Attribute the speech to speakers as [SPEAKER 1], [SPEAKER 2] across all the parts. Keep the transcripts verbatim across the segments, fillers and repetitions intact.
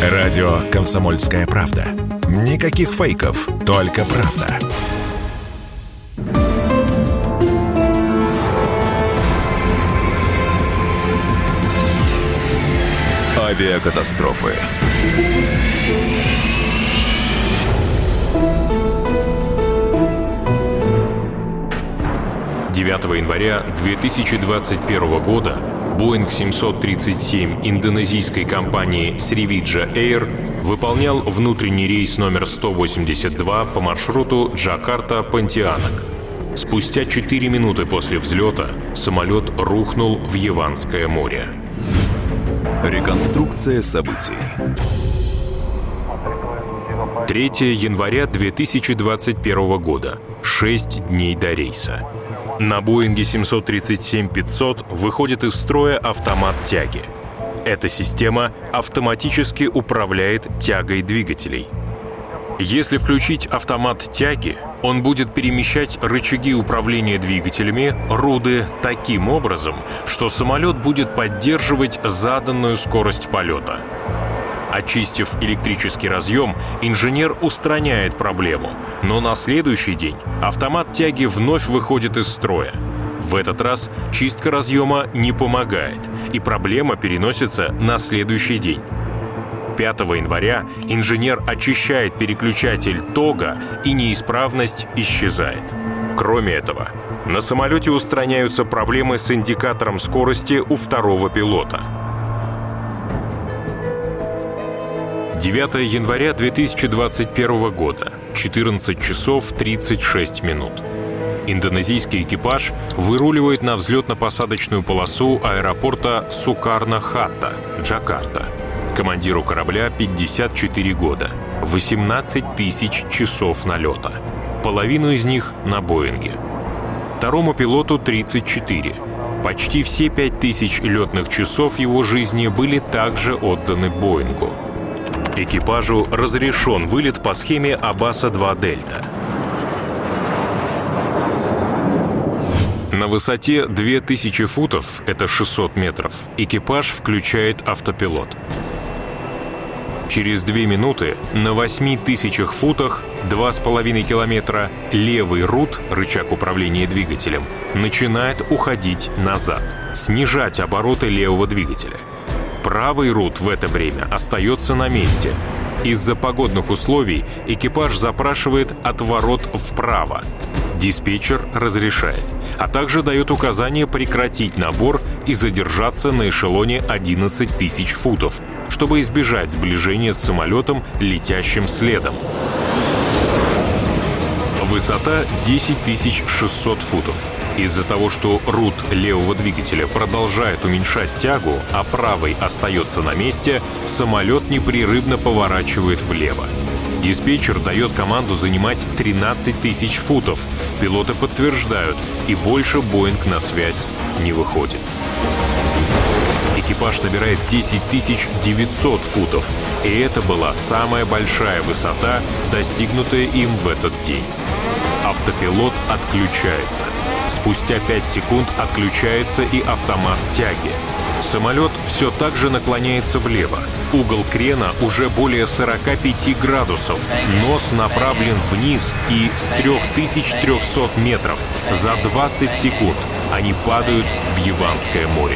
[SPEAKER 1] Радио «Комсомольская правда». Никаких фейков, только правда. Авиакатастрофы.
[SPEAKER 2] девятого января две тысячи двадцать первого года Боинг семьсот тридцать семь индонезийской компании Sriwijaya Air выполнял внутренний рейс номер сто восемьдесят два по маршруту Джакарта-Понтианак. Спустя четыре минуты после взлета самолет рухнул в Яванское море.
[SPEAKER 3] Реконструкция событий.
[SPEAKER 2] третьего января две тысячи двадцать первого года. Шесть дней до рейса. На Боинге семьсот тридцать семь пятьсот выходит из строя автомат тяги. Эта система автоматически управляет тягой двигателей. Если включить автомат тяги, он будет перемещать рычаги управления двигателями, руды, таким образом, что самолет будет поддерживать заданную скорость полета. Очистив электрический разъем, инженер устраняет проблему, но на следующий день автомат тяги вновь выходит из строя. В этот раз чистка разъема не помогает, и проблема переносится на следующий день. пятого января инженер очищает переключатель тога, и неисправность исчезает. Кроме этого, на самолете устраняются проблемы с индикатором скорости у второго пилота. девятого января две тысячи двадцать первого года, четырнадцать часов тридцать шесть минут. Индонезийский экипаж выруливает на взлетно-посадочную полосу аэропорта Сукарно-Хатта, Джакарта. Командиру корабля пятьдесят четыре года, восемнадцать тысяч часов налета. Половину из них на Боинге. Второму пилоту тридцать четыре. Почти все пять тысяч летных часов его жизни были также отданы Боингу. Экипажу разрешен вылет по схеме Абаса два Дельта. На высоте две тысячи футов, это шестьсот метров, экипаж включает автопилот. Через две минуты на восьми тысячах футах, два с половиной километра, левый рут, рычаг управления двигателем, начинает уходить назад, снижать обороты левого двигателя. Правый рут в это время остается на месте. Из-за погодных условий экипаж запрашивает отворот вправо. Диспетчер разрешает, а также дает указание прекратить набор и задержаться на эшелоне одиннадцать тысяч футов, чтобы избежать сближения с самолетом, летящим следом. Высота десять тысяч шестьсот футов. Из-за того, что рут левого двигателя продолжает уменьшать тягу, а правый остается на месте, самолет непрерывно поворачивает влево. Диспетчер дает команду занимать тринадцать тысяч футов. Пилоты подтверждают, и больше Боинг на связь не выходит. Экипаж набирает десять тысяч девятьсот футов, и это была самая большая высота, достигнутая им в этот день. Автопилот отключается. Спустя пять секунд отключается и автомат тяги. Самолет все так же наклоняется влево. Угол крена уже более сорок пять градусов. Нос направлен вниз, и с три тысячи триста метров за двадцать секунд они падают в Яванское море.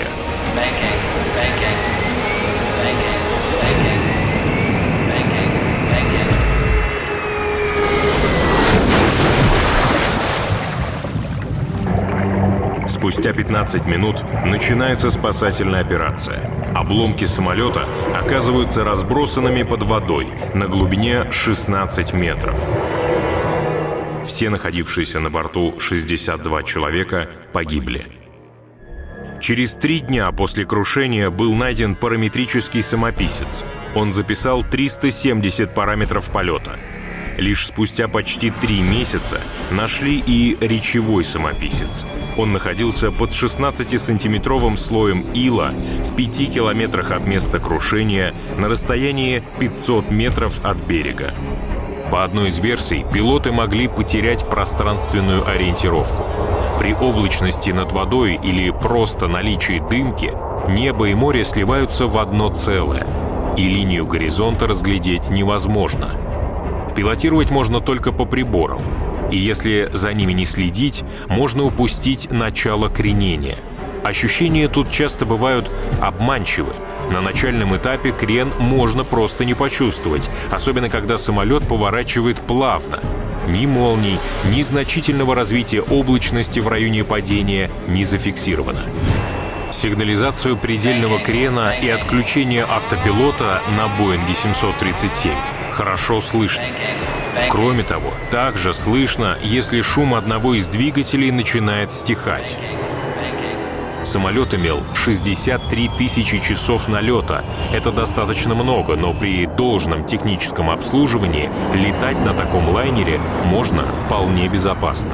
[SPEAKER 2] Спустя пятнадцать минут начинается спасательная операция. Обломки самолета оказываются разбросанными под водой на глубине шестнадцать метров. Все находившиеся на борту шестьдесят два человека погибли. Через три дня после крушения был найден параметрический самописец. Он записал триста семьдесят параметров полета. Лишь спустя почти три месяца нашли и речевой самописец. Он находился под шестнадцатисантиметровым слоем ила в пяти километрах от места крушения на расстоянии пятьсот метров от берега. По одной из версий, пилоты могли потерять пространственную ориентировку. При облачности над водой или просто наличии дымки небо и море сливаются в одно целое. и линию горизонта разглядеть невозможно. Пилотировать можно только по приборам, и если за ними не следить, можно упустить начало кренения. Ощущения тут часто бывают обманчивы. На начальном этапе крен можно просто не почувствовать, особенно когда самолет поворачивает плавно. Ни молний, ни значительного развития облачности в районе падения не зафиксировано. Сигнализацию предельного крена и отключение автопилота на Боинге семьсот тридцать семь хорошо слышно. Кроме того, также слышно, если шум одного из двигателей начинает стихать. Самолет имел шестьдесят три тысячи часов налета. Это достаточно много, но при должном техническом обслуживании летать на таком лайнере можно вполне безопасно.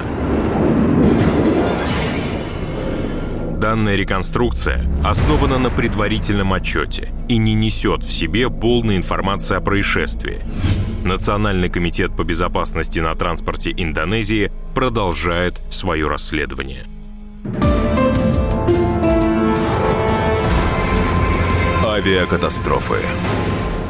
[SPEAKER 2] Данная реконструкция основана на предварительном отчете и не несет в себе полной информации о происшествии. Национальный комитет по безопасности на транспорте Индонезии продолжает свое расследование.
[SPEAKER 1] Авиакатастрофы.